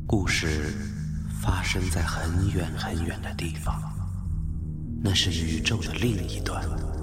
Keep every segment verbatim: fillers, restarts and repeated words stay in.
故事发生在很远很远的地方，那是宇宙的另一端。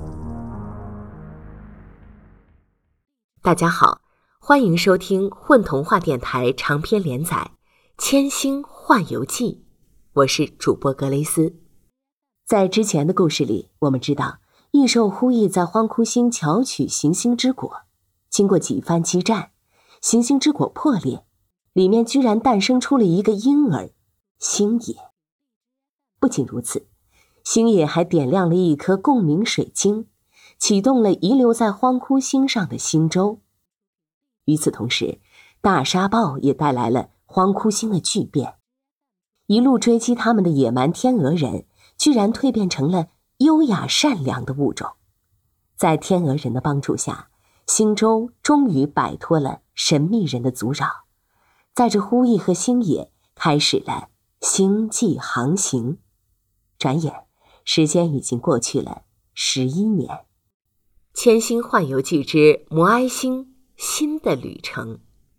大家好，欢迎收听混童话电台长篇连载《千星幻游记》，我是主播格雷斯。在之前的故事里，我们知道异兽呼翼在荒窟星巧取行星之果，经过几番激战，行星之果破裂，里面居然诞生出了一个婴儿星野。不仅如此，星野还点亮了一颗共鸣水晶，启动了遗留在荒窟星上的星舟。与此同时，大沙暴也带来了荒窟星的巨变，一路追击他们的野蛮天鹅人居然蜕变成了优雅善良的物种。在天鹅人的帮助下，星舟终于摆脱了神秘人的阻扰，载着呼翼和星野开始了星际航行。转眼时间已经过去了十一年。千星幻游记之摩埃星新的旅程。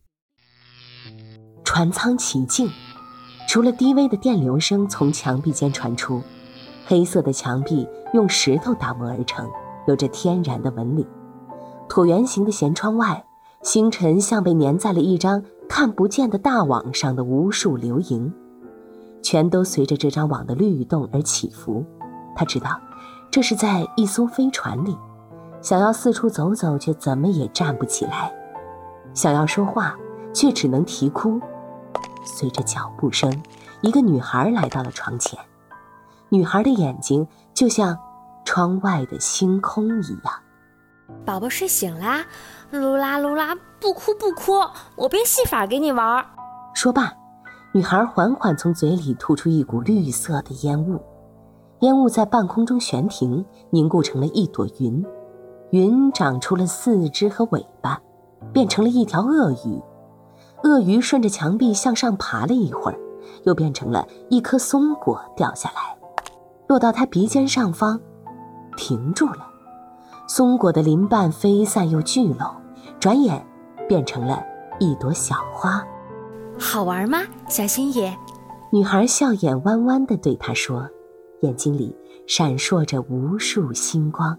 船舱奇静，除了低微的电流声从墙壁间传出，黑色的墙壁用石头打磨而成，有着天然的纹理。椭圆形的舷窗外，星辰像被粘在了一张看不见的大网上的无数流萤，全都随着这张网的律动而起伏。他知道这是在一艘飞船里，想要四处走走却怎么也站不起来，想要说话却只能啼哭。随着脚步声，一个女孩来到了床前，女孩的眼睛就像窗外的星空一样。 宝宝睡醒啦，噜啦噜啦，不哭不哭，我变戏法给你玩。 说罢，女孩缓缓从嘴里吐出一股绿色的烟雾，烟雾在半空中悬停，凝固成了一朵云，云长出了四肢和尾巴，变成了一条鳄鱼。鳄鱼顺着墙壁向上爬了一会儿，又变成了一颗松果掉下来，落到它鼻尖上方，停住了。松果的鳞瓣飞散又聚拢，转眼变成了一朵小花。 好玩吗，小星野？ 女孩笑眼弯弯地对他说，眼睛里闪烁着无数星光。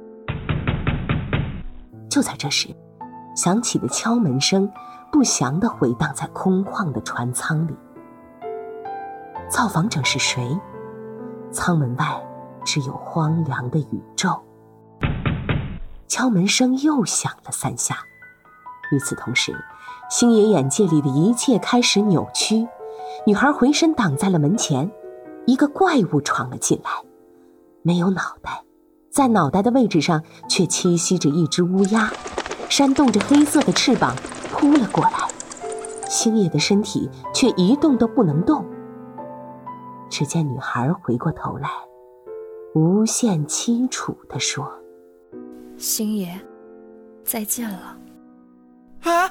就在这时，响起的敲门声不祥地回荡在空旷的船舱里。造访者是谁？舱门外只有荒凉的宇宙。敲门声又响了三下，与此同时，星野眼界里的一切开始扭曲。女孩回身挡在了门前，一个怪物闯了进来，没有脑袋，在脑袋的位置上却栖息着一只乌鸦，扇动着黑色的翅膀扑了过来。星野的身体却一动都不能动。只见女孩回过头来，无限凄楚地说， 星爷，再见了。 啊！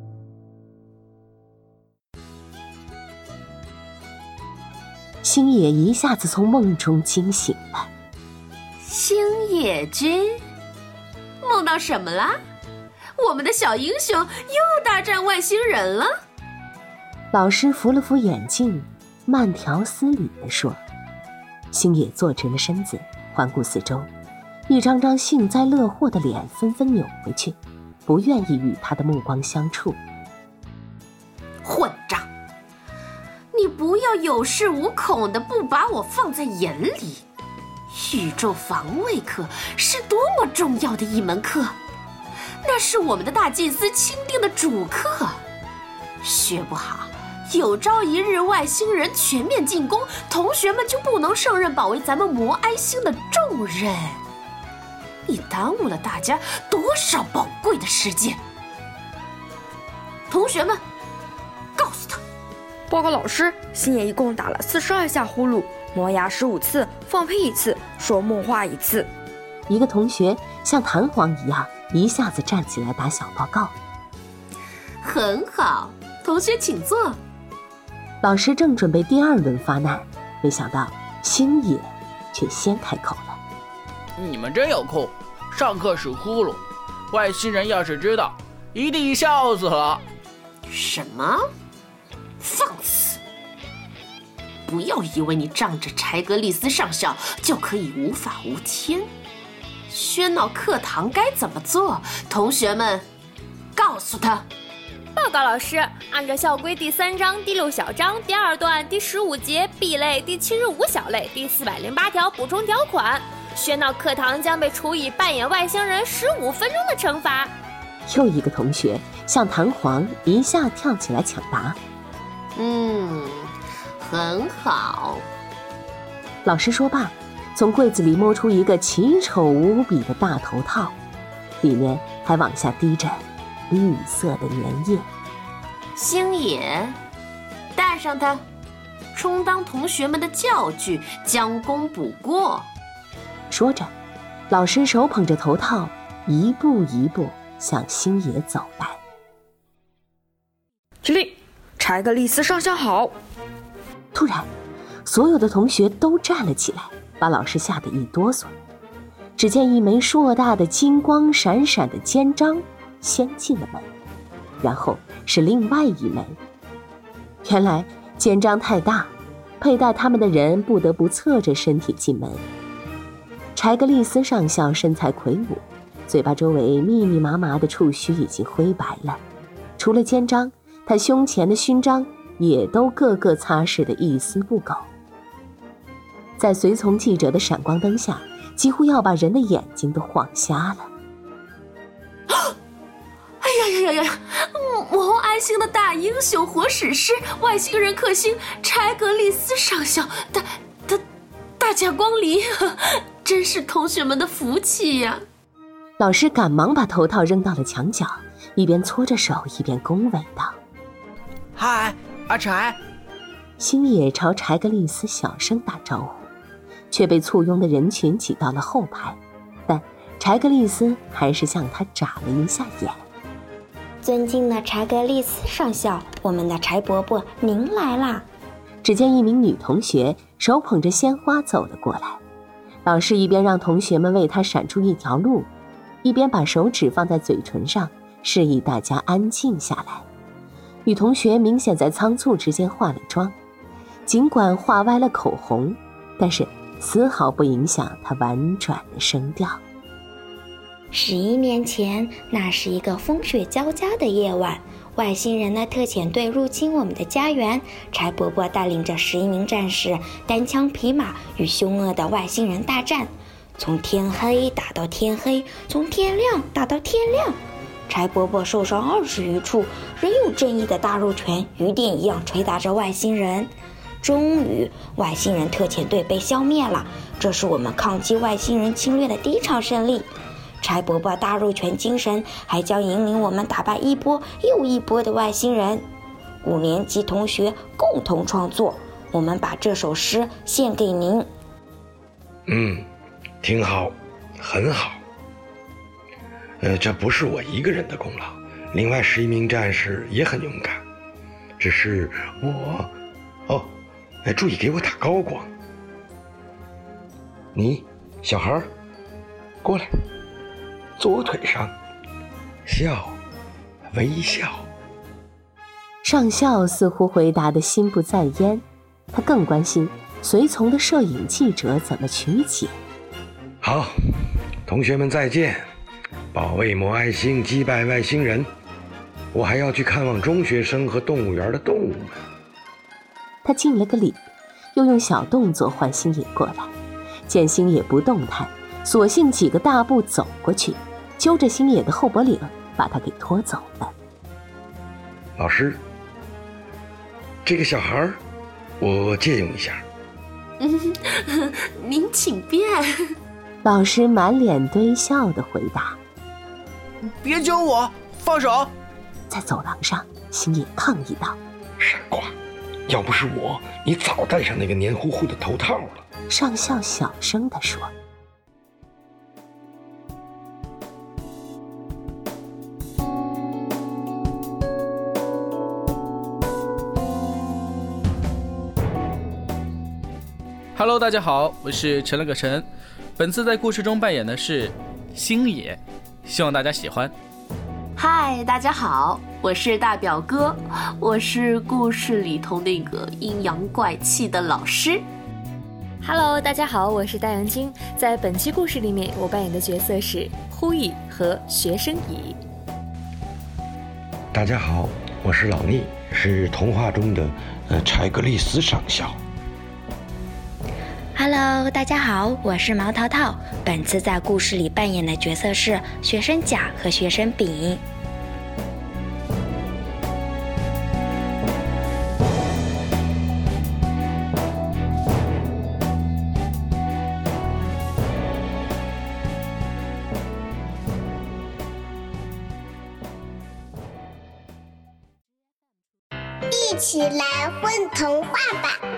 星野一下子从梦中惊醒了。 星野君，梦到什么啦？我们的小英雄又大战外星人了。 老师扶了扶眼镜，慢条斯理地说。星野坐直了身子，环顾四周，一张张幸灾乐祸的脸纷纷扭回去，不愿意与他的目光相触。 混账！你不要有恃无恐的不把我放在眼里。宇宙防卫课是多么重要的一门课，那是我们的大祭司钦定的主课。学不好，有朝一日外星人全面进攻，同学们就不能胜任保卫咱们摩埃星的重任。你耽误了大家多少宝贵的时间！同学们，告诉他， 报告老师，星野一共打了四十二下呼噜，磨牙十五次，放屁一次，说梦话一次。 一个同学像弹簧一样一下子站起来打小报告。 很好，同学请坐。 老师正准备第二轮发难，没想到星野却先开口了。 你们真有空，上课使呼噜，外星人要是知道，一定笑死了。 什么？放肆！ 不要以为你仗着柴格利斯上校就可以无法无天。喧闹课堂该怎么做？同学们，告诉他。 报告老师，按照校规第三章第六小章第二段第十五节 B 类第七十五小类第四百零八条补充条款，喧闹课堂将被处以扮演外星人十五分钟的惩罚。 又一个同学像弹簧一下跳起来抢答。 嗯，很好。 老师说罢，从柜子里摸出一个奇丑无比的大头套，里面还往下滴着绿色的粘液。 星野，带上它，充当同学们的教具，将功补过。 说着，老师手捧着头套，一步一步向星野走来。 起立，柴格利斯上校好。 突然，所有的同学都站了起来，把老师吓得一哆嗦。只见一枚硕大的金光闪闪的肩章先进了门，然后是另外一枚。原来肩章太大，佩戴它们的人不得不侧着身体进门。柴格利斯上校身材魁梧，嘴巴周围密密麻麻的触须已经灰白了，除了肩章，他胸前的勋章也都个个擦拭得一丝不苟。在随从记者的闪光灯下，几乎要把人的眼睛都晃瞎了。 哎呀呀呀呀！魔爱星的大英雄、活史诗、外星人克星柴格利斯上校，大大大驾光临，真是同学们的福气呀！ 老师赶忙把头套扔到了墙角，一边搓着手，一边恭维道：“ 嗨，阿柴！” 星野朝柴格利斯小声打招呼，却被簇拥的人群挤到了后排，但柴格利斯还是向他眨了一下眼。 尊敬的柴格利斯上校，我们的柴伯伯您来啦！ 只见一名女同学手捧着鲜花走了过来，老师一边让同学们为她闪出一条路，一边把手指放在嘴唇上，示意大家安静下来。女同学明显在仓促之间化了妆，尽管画歪了口红，但是丝毫不影响她婉转的声调。 十一年前，那是一个风雪交加的夜晚，外星人的特遣队入侵我们的家园，柴伯伯带领着十一名战士单枪匹马与凶恶的外星人大战，从天黑打到天黑，从天亮打到天亮。柴伯伯受伤二十余处，仍有正义的大肉拳雨点一样捶打着外星人。终于，外星人特遣队被消灭了，这是我们抗击外星人侵略的第一场胜利。柴伯伯大肉拳精神还将引领我们打败一波又一波的外星人。五年级同学共同创作，我们把这首诗献给您。 嗯，挺好，很好。呃，这不是我一个人的功劳，另外十一名战士也很勇敢，只是我……哦，哎，注意给我打高光。你，小孩，过来。坐我腿上，笑，微笑。 上校似乎回答的心不在焉，他更关心随从的摄影记者怎么曲解。 好，同学们再见，保卫摩爱星，击败外星人。我还要去看望中学生和动物园的动物们。 他敬了个礼，又用小动作唤星野过来，见星野不动弹，索性几个大步走过去，揪着星野的后脖领，把他给拖走了。 老师，这个小孩我借用一下。 嗯，您请便。 老师满脸堆笑地回答。 别揪我，放手！ 在走廊上，星野抗议道： 傻瓜，要不是我，你早戴上那个黏糊糊的头套了。 上校小声地说。 Hello， 大家好，我是陈了个陈，本次在故事中扮演的是星野，希望大家喜欢。 嗨，大家好，我是大表哥，我是故事里头那个阴阳怪气的老师。 Hello， 大家好，我是大杨晶。在本期故事里面，我扮演的角色是呼乙和学生乙。 大家好，我是老聂，是童话中的呃柴格利斯上校。 Hello， 大家好，我是毛淘淘。本次在故事里扮演的角色是学生甲和学生丙。 一起来混童话吧！